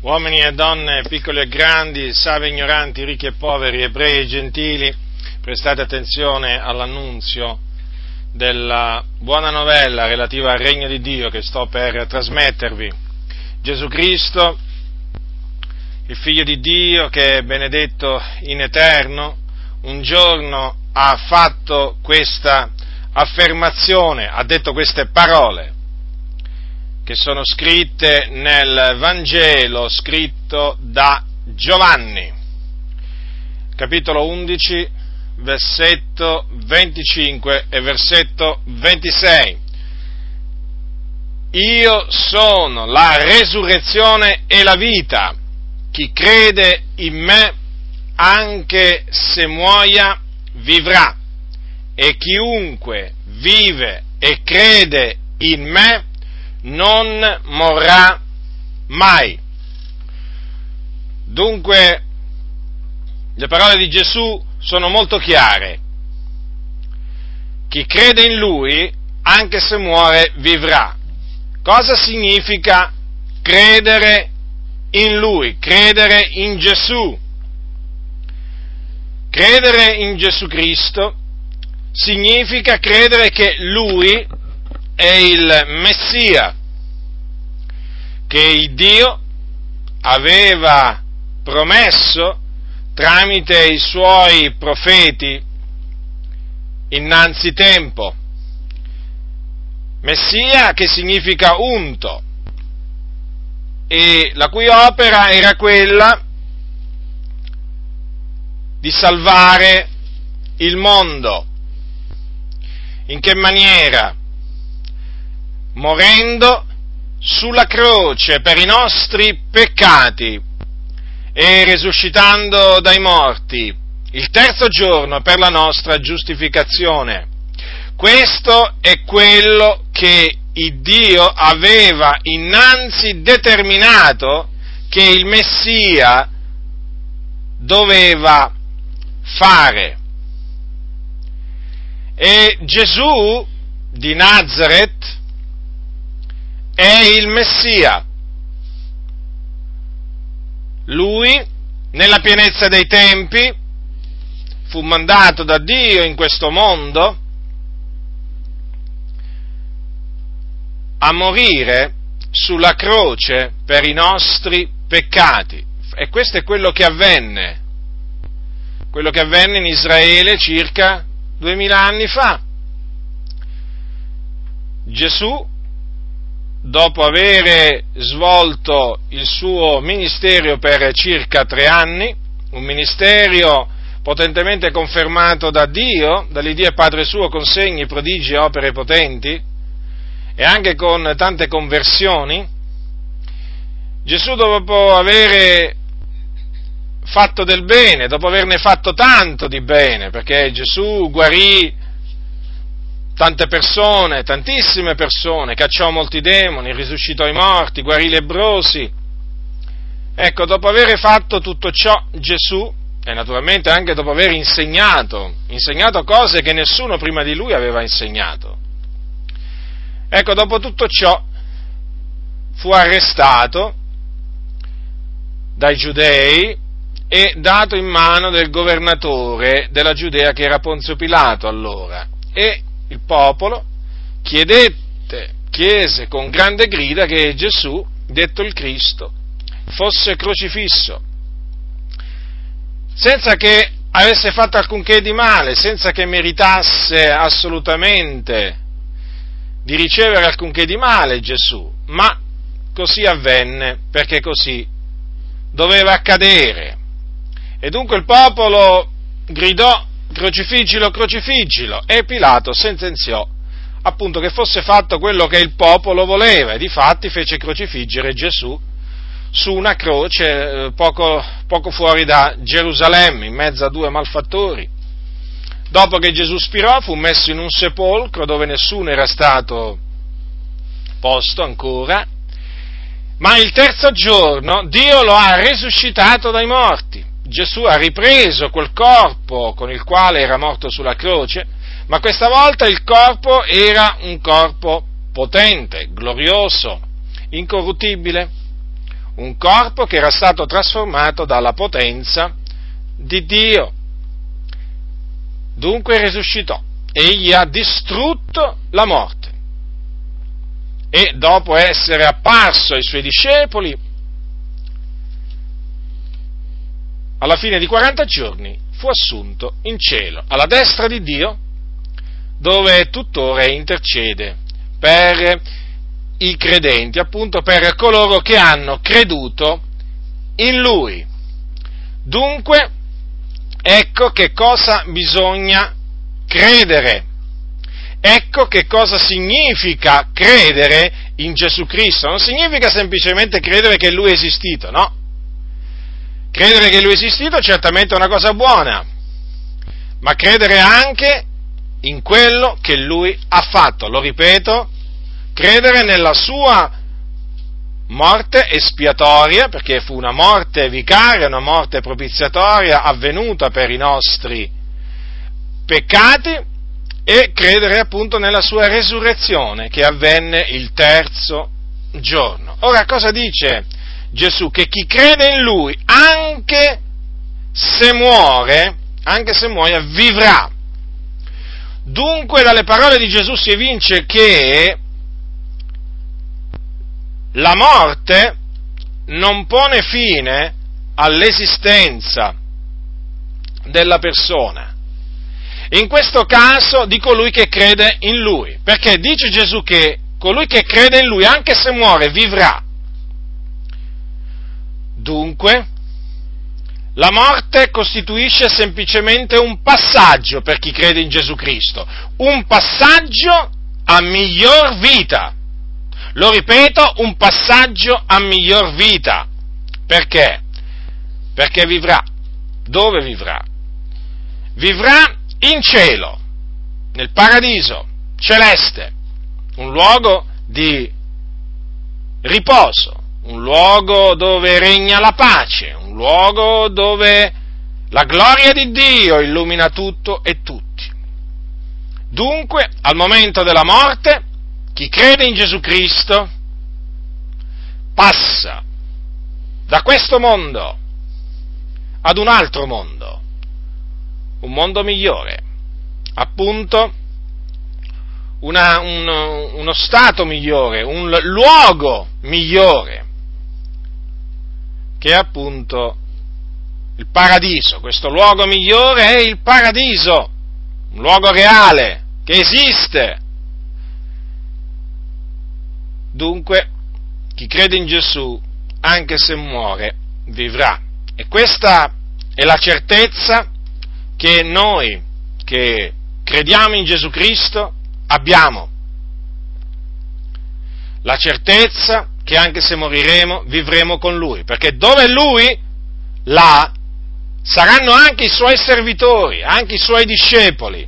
Uomini e donne, piccoli e grandi, savi e ignoranti, ricchi e poveri, ebrei e gentili, prestate attenzione all'annunzio della buona novella relativa al regno di Dio che sto per trasmettervi. Gesù Cristo, il Figlio di Dio, che è benedetto in eterno, un giorno ha fatto questa affermazione, ha detto queste parole, che sono scritte nel Vangelo scritto da Giovanni, capitolo 11, versetto 25 e versetto 26. Io sono la resurrezione e la vita. Chi crede in me, anche se muoia, vivrà. E chiunque vive e crede in me non morrà mai. Dunque, le parole di Gesù sono molto chiare. Chi crede in Lui, anche se muore, vivrà. Cosa significa credere in Lui, credere in Gesù? Credere in Gesù Cristo significa credere che Lui è il Messia, che il Dio aveva promesso tramite i suoi profeti innanzi tempo. Messia che significa unto, e la cui opera era quella di salvare il mondo. In che maniera? Morendo sulla croce per i nostri peccati e risuscitando dai morti il terzo giorno per la nostra giustificazione. Questo è quello che il Dio aveva innanzi determinato che il Messia doveva fare. E Gesù di Nazaret è il Messia. Lui, nella pienezza dei tempi, fu mandato da Dio in questo mondo a morire sulla croce per i nostri peccati. E questo è quello che avvenne in Israele circa 2000 anni fa. Gesù, dopo aver svolto il suo ministero per circa 3 anni, un ministero potentemente confermato da Dio, dall'Iddio e Padre suo, con segni, prodigi e opere potenti, e anche con tante conversioni, Gesù, dopo aver fatto del bene, dopo averne fatto tanto di bene, perché Gesù guarì tante persone, tantissime persone, cacciò molti demoni, risuscitò i morti, guarì i lebbrosi. Ecco, dopo aver fatto tutto ciò, Gesù, e naturalmente anche dopo aver insegnato cose che nessuno prima di lui aveva insegnato, ecco, dopo tutto ciò fu arrestato dai giudei e dato in mano del governatore della Giudea, che era Ponzio Pilato allora, e il popolo chiese con grande grida che Gesù, detto il Cristo, fosse crocifisso, senza che avesse fatto alcunché di male, senza che meritasse assolutamente di ricevere alcunché di male Gesù, ma così avvenne perché così doveva accadere. E dunque il popolo gridò: crocifiggilo, crocifiggilo, e Pilato sentenziò appunto che fosse fatto quello che il popolo voleva, e difatti fece crocifiggere Gesù su una croce poco fuori da Gerusalemme, in mezzo a 2 malfattori. Dopo che Gesù spirò, fu messo in un sepolcro dove nessuno era stato posto ancora, ma il terzo giorno Dio lo ha risuscitato dai morti. Gesù ha ripreso quel corpo con il quale era morto sulla croce, ma questa volta il corpo era un corpo potente, glorioso, incorruttibile, un corpo che era stato trasformato dalla potenza di Dio. Dunque risuscitò, egli ha distrutto la morte e dopo essere apparso ai suoi discepoli, alla fine di 40 giorni fu assunto in cielo, alla destra di Dio, dove tuttora intercede per i credenti, appunto per coloro che hanno creduto in Lui. Dunque, ecco che cosa bisogna credere. Ecco che cosa significa credere in Gesù Cristo. Non significa semplicemente credere che Lui è esistito, no? Credere che Lui è esistito certamente è una cosa buona, ma credere anche in quello che Lui ha fatto. Lo ripeto, credere nella Sua morte espiatoria, perché fu una morte vicaria, una morte propiziatoria avvenuta per i nostri peccati, e credere appunto nella Sua resurrezione che avvenne il terzo giorno. Ora, cosa dice Gesù? Che chi crede in Lui, anche se muore, vivrà. Dunque, dalle parole di Gesù si evince che la morte non pone fine all'esistenza della persona, in questo caso di colui che crede in Lui, perché dice Gesù che colui che crede in Lui, anche se muore, vivrà. Dunque, la morte costituisce semplicemente un passaggio per chi crede in Gesù Cristo, un passaggio a miglior vita. Lo ripeto, un passaggio a miglior vita. Perché? Perché vivrà. Dove vivrà? Vivrà in cielo, nel paradiso celeste, un luogo di riposo, un luogo dove regna la pace, un luogo dove la gloria di Dio illumina tutto e tutti. Dunque, al momento della morte, chi crede in Gesù Cristo passa da questo mondo ad un altro mondo, un mondo migliore, appunto uno stato migliore, un luogo migliore, che è appunto il paradiso. Questo luogo migliore è il paradiso, un luogo reale, che esiste. Dunque, chi crede in Gesù, anche se muore, vivrà. E questa è la certezza che noi, che crediamo in Gesù Cristo, abbiamo. La certezza che anche se moriremo, vivremo con Lui, perché dove è Lui, là saranno anche i Suoi servitori, anche i Suoi discepoli.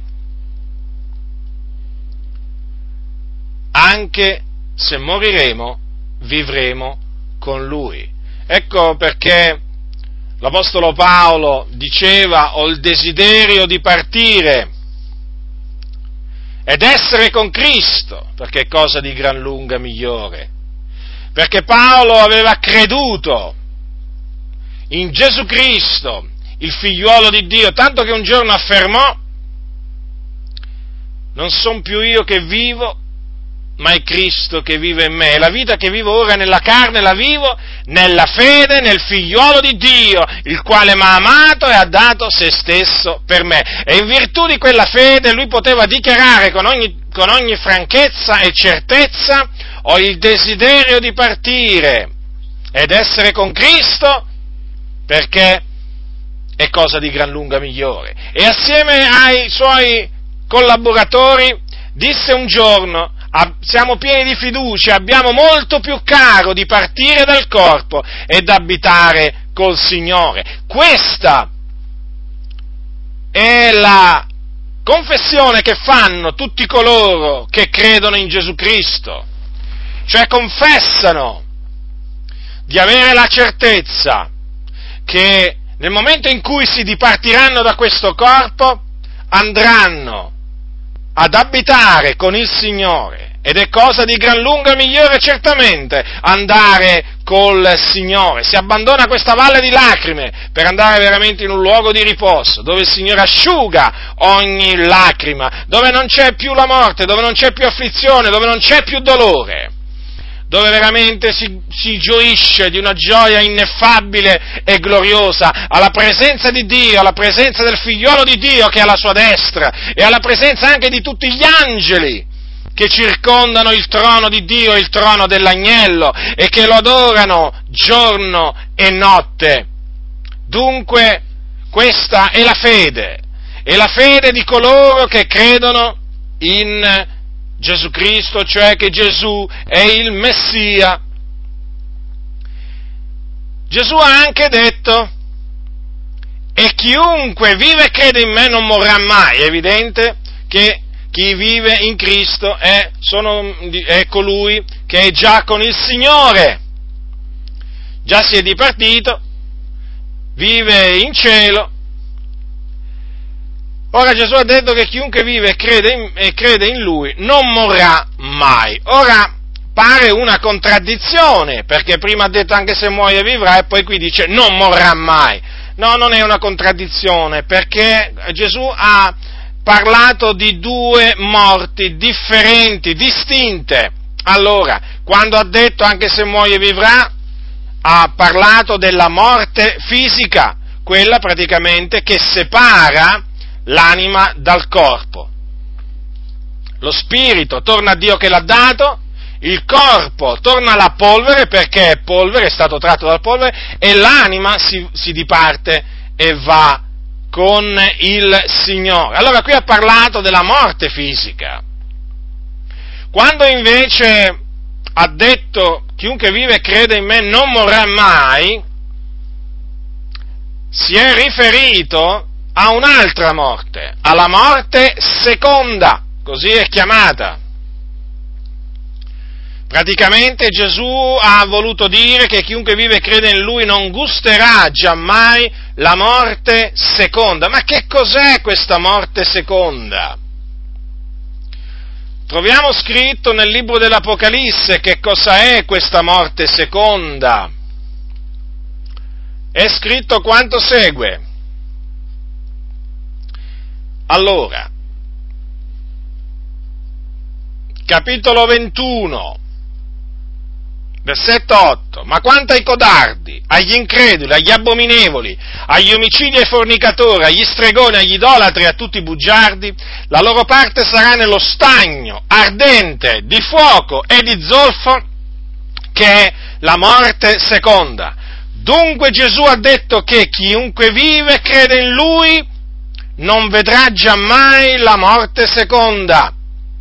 Anche se moriremo, vivremo con Lui. Ecco perché l'Apostolo Paolo diceva: ho il desiderio di partire ed essere con Cristo, perché è cosa di gran lunga migliore. Perché Paolo aveva creduto in Gesù Cristo, il figliuolo di Dio, tanto che un giorno affermò: non son più io che vivo, ma è Cristo che vive in me, e la vita che vivo ora nella carne la vivo nella fede nel figliuolo di Dio, il quale mi ha amato e ha dato se stesso per me. E in virtù di quella fede lui poteva dichiarare con ogni franchezza e certezza: ho il desiderio di partire ed essere con Cristo, perché è cosa di gran lunga migliore. E assieme ai suoi collaboratori disse un giorno: siamo pieni di fiducia, abbiamo molto più caro di partire dal corpo ed abitare col Signore. Questa è la confessione che fanno tutti coloro che credono in Gesù Cristo, cioè confessano di avere la certezza che nel momento in cui si dipartiranno da questo corpo andranno ad abitare con il Signore ed è cosa di gran lunga migliore certamente andare col Signore. Si abbandona questa valle di lacrime per andare veramente in un luogo di riposo, dove il Signore asciuga ogni lacrima, dove non c'è più la morte, dove non c'è più afflizione, dove non c'è più dolore, dove veramente si gioisce di una gioia ineffabile e gloriosa alla presenza di Dio, alla presenza del figliolo di Dio che è alla sua destra e alla presenza anche di tutti gli angeli che circondano il trono di Dio, il trono dell'agnello, e che lo adorano giorno e notte. Dunque, questa è la fede di coloro che credono in Gesù Cristo, cioè che Gesù è il Messia. Gesù ha anche detto: e chiunque vive e crede in me non morrà mai. È evidente che chi vive in Cristo è colui che è già con il Signore, già si è dipartito, vive in cielo. Ora Gesù ha detto che chiunque vive e crede in Lui non morrà mai. Ora pare una contraddizione, perché prima ha detto anche se muoio vivrà, e poi qui dice non morrà mai. No, non è una contraddizione, perché Gesù ha parlato di due morti differenti, distinte. Allora, quando ha detto anche se muoio vivrà, ha parlato della morte fisica, quella praticamente che separa l'anima dal corpo. Lo spirito torna a Dio che l'ha dato, il corpo torna alla polvere perché è polvere, è stato tratto dalla polvere, e l'anima si diparte e va con il Signore. Allora qui ha parlato della morte fisica. Quando invece ha detto chiunque vive e crede in me non morrà mai, si è riferito a un'altra morte, alla morte seconda, così è chiamata. Praticamente Gesù ha voluto dire che chiunque vive e crede in Lui non gusterà giammai la morte seconda. Ma che cos'è questa morte seconda? Troviamo scritto nel libro dell'Apocalisse che cosa è questa morte seconda. È scritto quanto segue. Allora, capitolo 21, versetto 8, ma quanto ai codardi, agli increduli, agli abominevoli, agli omicidi e ai fornicatori, agli stregoni, agli idolatri e a tutti i bugiardi, la loro parte sarà nello stagno ardente di fuoco e di zolfo, che è la morte seconda. Dunque Gesù ha detto che chiunque vive e crede in Lui non vedrà giammai la morte seconda.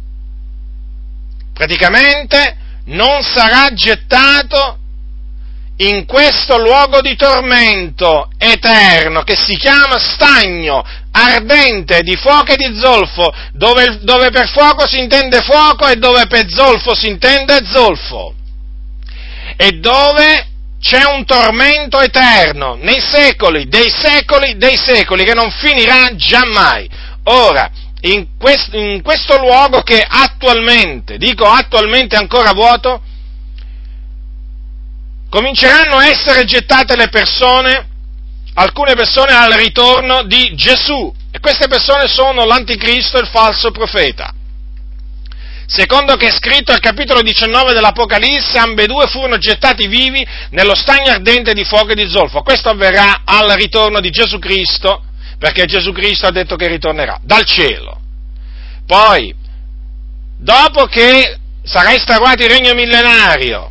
Praticamente non sarà gettato in questo luogo di tormento eterno che si chiama stagno ardente di fuoco e di zolfo, dove per fuoco si intende fuoco e dove per zolfo si intende zolfo, e dove c'è un tormento eterno nei secoli dei secoli che non finirà giammai. Ora, in questo luogo che attualmente ancora vuoto, cominceranno a essere gettate alcune persone al ritorno di Gesù, e queste persone sono l'anticristo e il falso profeta. Secondo che è scritto al capitolo 19 dell'Apocalisse, ambedue furono gettati vivi nello stagno ardente di fuoco e di zolfo. Questo avverrà al ritorno di Gesù Cristo, perché Gesù Cristo ha detto che ritornerà dal cielo. Poi, dopo che sarà instaurato il regno millenario,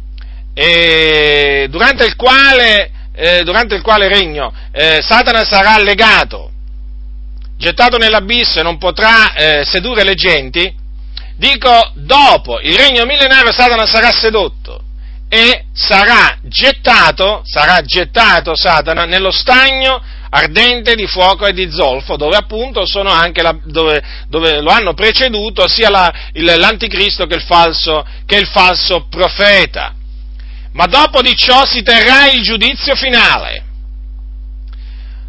durante il quale regno Satana sarà legato, gettato nell'abisso e non potrà sedurre le genti, dico, dopo il regno millenario Satana sarà sedotto e sarà gettato Satana nello stagno ardente di fuoco e di zolfo, dove appunto sono anche dove lo hanno preceduto sia l'anticristo che il falso profeta. Ma dopo di ciò si terrà il giudizio finale.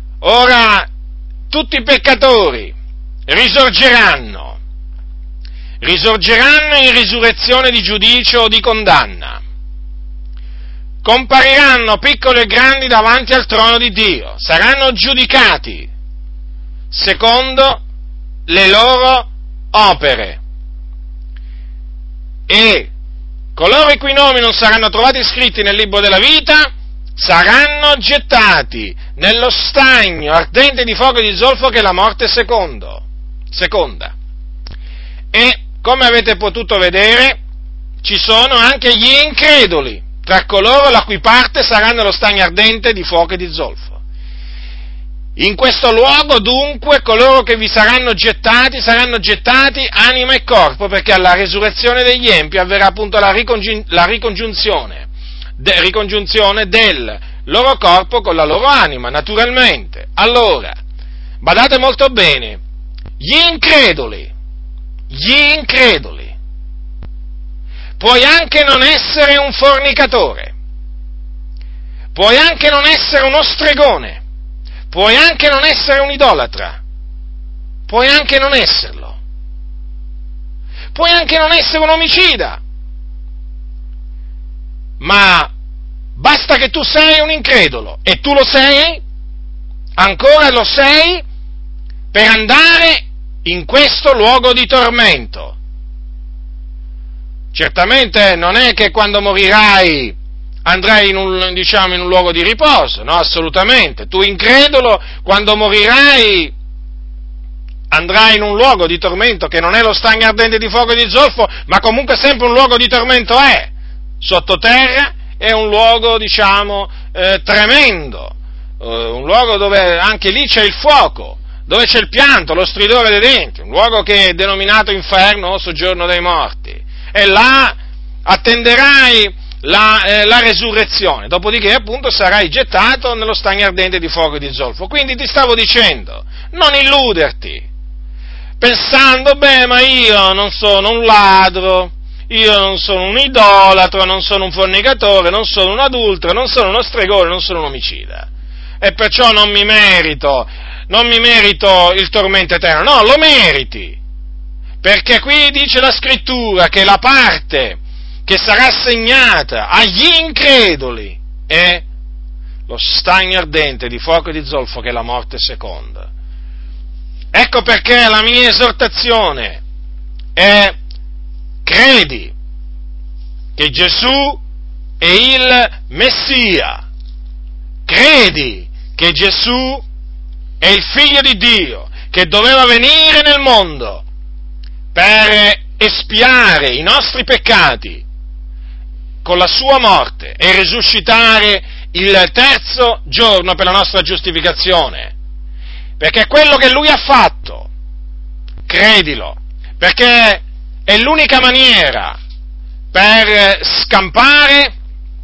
Ora tutti i peccatori risorgeranno risorgeranno in risurrezione di giudicio o di condanna, compariranno piccoli e grandi davanti al trono di Dio, saranno giudicati secondo le loro opere, e coloro i cui nomi non saranno trovati scritti nel libro della vita saranno gettati nello stagno ardente di fuoco e di zolfo, che è la morte seconda. E come avete potuto vedere, ci sono anche gli increduli tra coloro la cui parte sarà nello stagno ardente di fuoco e di zolfo. In questo luogo, dunque, coloro che vi saranno gettati anima e corpo, perché alla resurrezione degli empi avverrà appunto la ricongiunzione del loro corpo con la loro anima, naturalmente. Allora, badate molto bene, gli increduli, puoi anche non essere un fornicatore, puoi anche non essere uno stregone, puoi anche non essere un idolatra, puoi anche non esserlo, puoi anche non essere un omicida, ma basta che tu sei un incredulo, e tu lo sei, ancora lo sei, per andare in questo luogo di tormento. Certamente non è che quando morirai andrai in un luogo di riposo, no, assolutamente. Tu incredulo, quando morirai andrai in un luogo di tormento che non è lo stagno ardente di fuoco e di zolfo, ma comunque sempre un luogo di tormento è. Sottoterra è un luogo, tremendo, un luogo dove anche lì c'è il fuoco, dove c'è il pianto, lo stridore dei denti, un luogo che è denominato inferno o soggiorno dei morti. E là attenderai la resurrezione, dopodiché appunto sarai gettato nello stagno ardente di fuoco e di zolfo. Quindi ti stavo dicendo, non illuderti, pensando, ma io non sono un ladro, io non sono un idolatro, non sono un fornicatore, non sono un adultero, non sono uno stregone, non sono un omicida, e perciò non mi merito il tormento eterno. No, lo meriti, perché qui dice la Scrittura che la parte che sarà assegnata agli increduli è lo stagno ardente di fuoco e di zolfo, che è la morte seconda. Ecco perché la mia esortazione è: credi che Gesù è il Messia, credi che Gesù è il Figlio di Dio, che doveva venire nel mondo per espiare i nostri peccati con la sua morte e risuscitare il terzo giorno per la nostra giustificazione, perché quello che Lui ha fatto, credilo, perché è l'unica maniera per scampare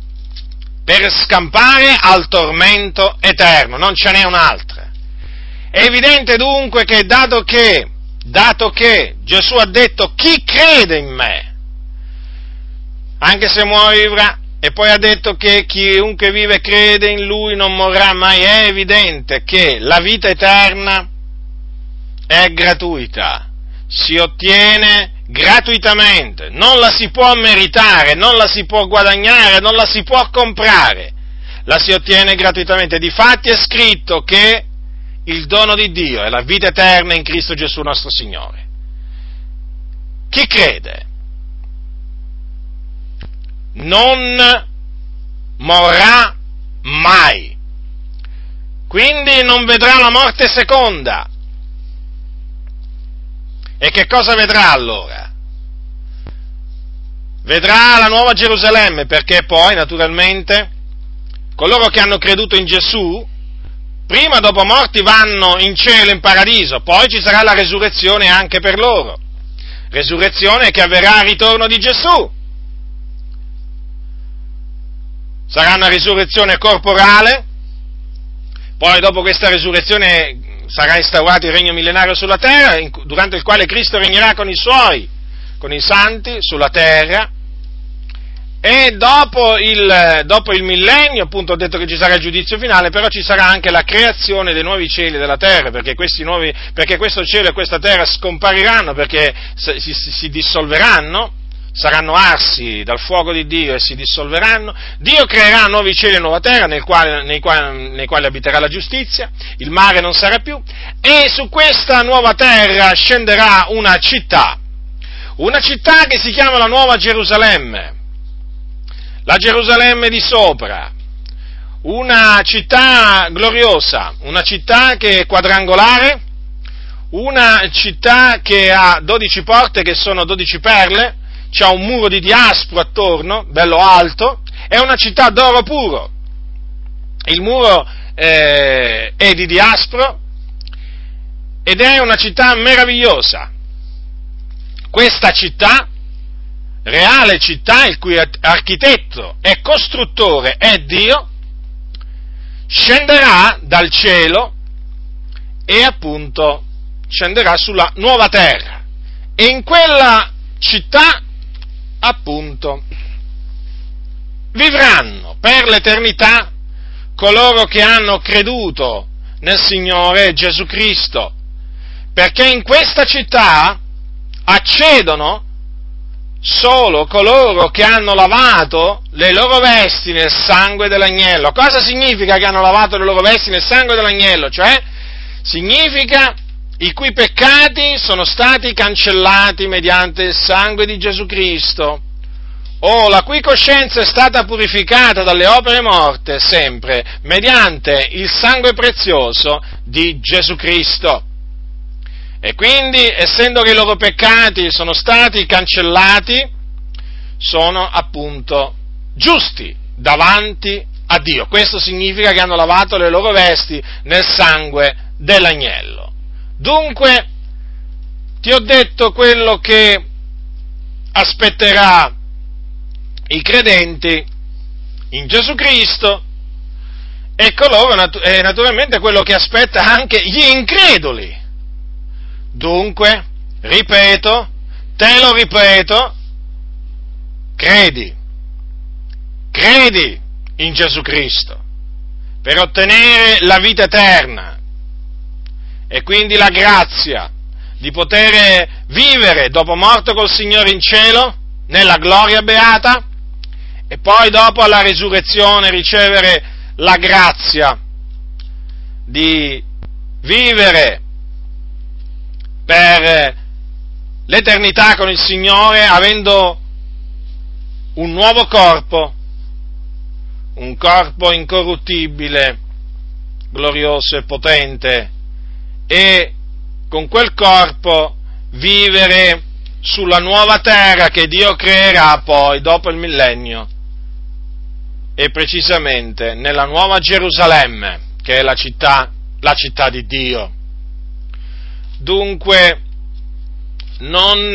al tormento eterno, non ce n'è un'altra. È evidente dunque che dato che Gesù ha detto: chi crede in me, anche se muore vivrà, e poi ha detto che chiunque vive e crede in Lui non morrà mai, è evidente che la vita eterna è gratuita, si ottiene gratuitamente, non la si può meritare, non la si può guadagnare, non la si può comprare, la si ottiene gratuitamente. Difatti è scritto che il dono di Dio è la vita eterna in Cristo Gesù nostro Signore. Chi crede non morrà mai, quindi non vedrà la morte seconda. E che cosa vedrà allora? Vedrà la nuova Gerusalemme, perché poi naturalmente coloro che hanno creduto in Gesù prima, dopo morti, vanno in cielo, in paradiso, poi ci sarà la resurrezione anche per loro, resurrezione che avverrà al ritorno di Gesù. Sarà una risurrezione corporale, poi dopo questa risurrezione sarà instaurato il regno millenario sulla terra, durante il quale Cristo regnerà con i suoi, con i santi sulla terra, E dopo il millennio, appunto, ho detto che ci sarà il giudizio finale, però ci sarà anche la creazione dei nuovi cieli e della terra, perché questo cielo e questa terra scompariranno, perché si dissolveranno, saranno arsi dal fuoco di Dio e si dissolveranno. Dio creerà nuovi cieli e nuova terra nei quali abiterà la giustizia, il mare non sarà più, e su questa nuova terra scenderà una città che si chiama la Nuova Gerusalemme, la Gerusalemme di sopra, una città gloriosa, una città che è quadrangolare, una città che ha 12 porte che sono 12 perle, c'ha un muro di diaspro attorno, bello alto, è una città d'oro puro. Il muro è di diaspro ed è una città meravigliosa. Questa città, reale città, il cui architetto e costruttore è Dio, scenderà dal cielo e appunto scenderà sulla nuova terra, e in quella città appunto vivranno per l'eternità coloro che hanno creduto nel Signore Gesù Cristo, perché in questa città accedono solo coloro che hanno lavato le loro vesti nel sangue dell'agnello. Cosa significa che hanno lavato le loro vesti nel sangue dell'agnello? Cioè, significa i cui peccati sono stati cancellati mediante il sangue di Gesù Cristo, o la cui coscienza è stata purificata dalle opere morte sempre mediante il sangue prezioso di Gesù Cristo. E quindi, essendo che i loro peccati sono stati cancellati, sono appunto giusti davanti a Dio. Questo significa che hanno lavato le loro vesti nel sangue dell'agnello. Dunque, ti ho detto quello che aspetterà i credenti in Gesù Cristo e naturalmente quello che aspetta anche gli increduli. Dunque, te lo ripeto, credi in Gesù Cristo per ottenere la vita eterna e quindi la grazia di poter vivere dopo morto col Signore in cielo, nella gloria beata, e poi dopo alla risurrezione ricevere la grazia di vivere per l'eternità con il Signore, avendo un nuovo corpo, un corpo incorruttibile, glorioso e potente, e con quel corpo vivere sulla nuova terra che Dio creerà poi dopo il millennio, e precisamente nella Nuova Gerusalemme, che è la città di Dio. Dunque, non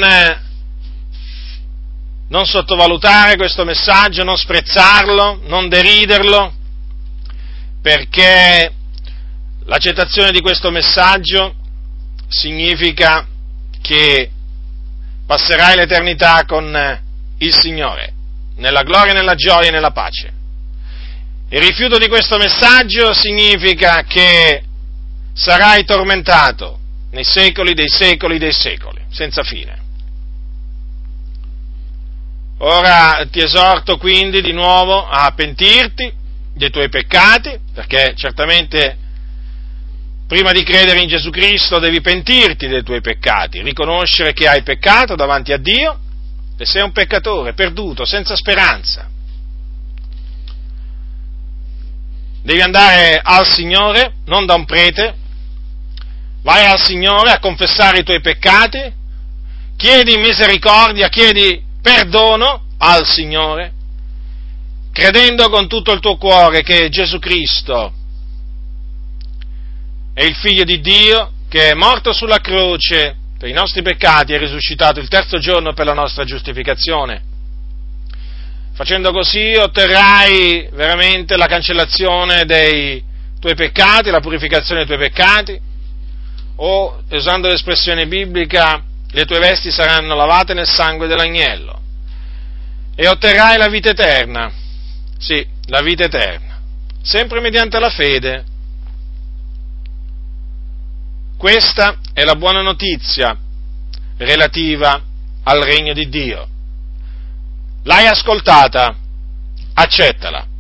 sottovalutare questo messaggio, non sprezzarlo, non deriderlo, perché l'accettazione di questo messaggio significa che passerai l'eternità con il Signore, nella gloria, nella gioia e nella pace. Il rifiuto di questo messaggio significa che sarai tormentato nei secoli dei secoli dei secoli, senza fine. Ora ti esorto quindi di nuovo a pentirti dei tuoi peccati, perché certamente prima di credere in Gesù Cristo devi pentirti dei tuoi peccati, riconoscere che hai peccato davanti a Dio e sei un peccatore perduto, senza speranza. Devi andare al Signore, non da un prete. Vai al Signore a confessare i tuoi peccati, chiedi misericordia, chiedi perdono al Signore, credendo con tutto il tuo cuore che Gesù Cristo è il Figlio di Dio, che è morto sulla croce per i nostri peccati e è risuscitato il terzo giorno per la nostra giustificazione. Facendo così otterrai veramente la cancellazione dei tuoi peccati, la purificazione dei tuoi peccati, o, usando l'espressione biblica, le tue vesti saranno lavate nel sangue dell'agnello. e otterrai la vita eterna. Sì, la vita eterna, sempre mediante la fede. Questa è la buona notizia relativa al regno di Dio. L'hai ascoltata? Accettala.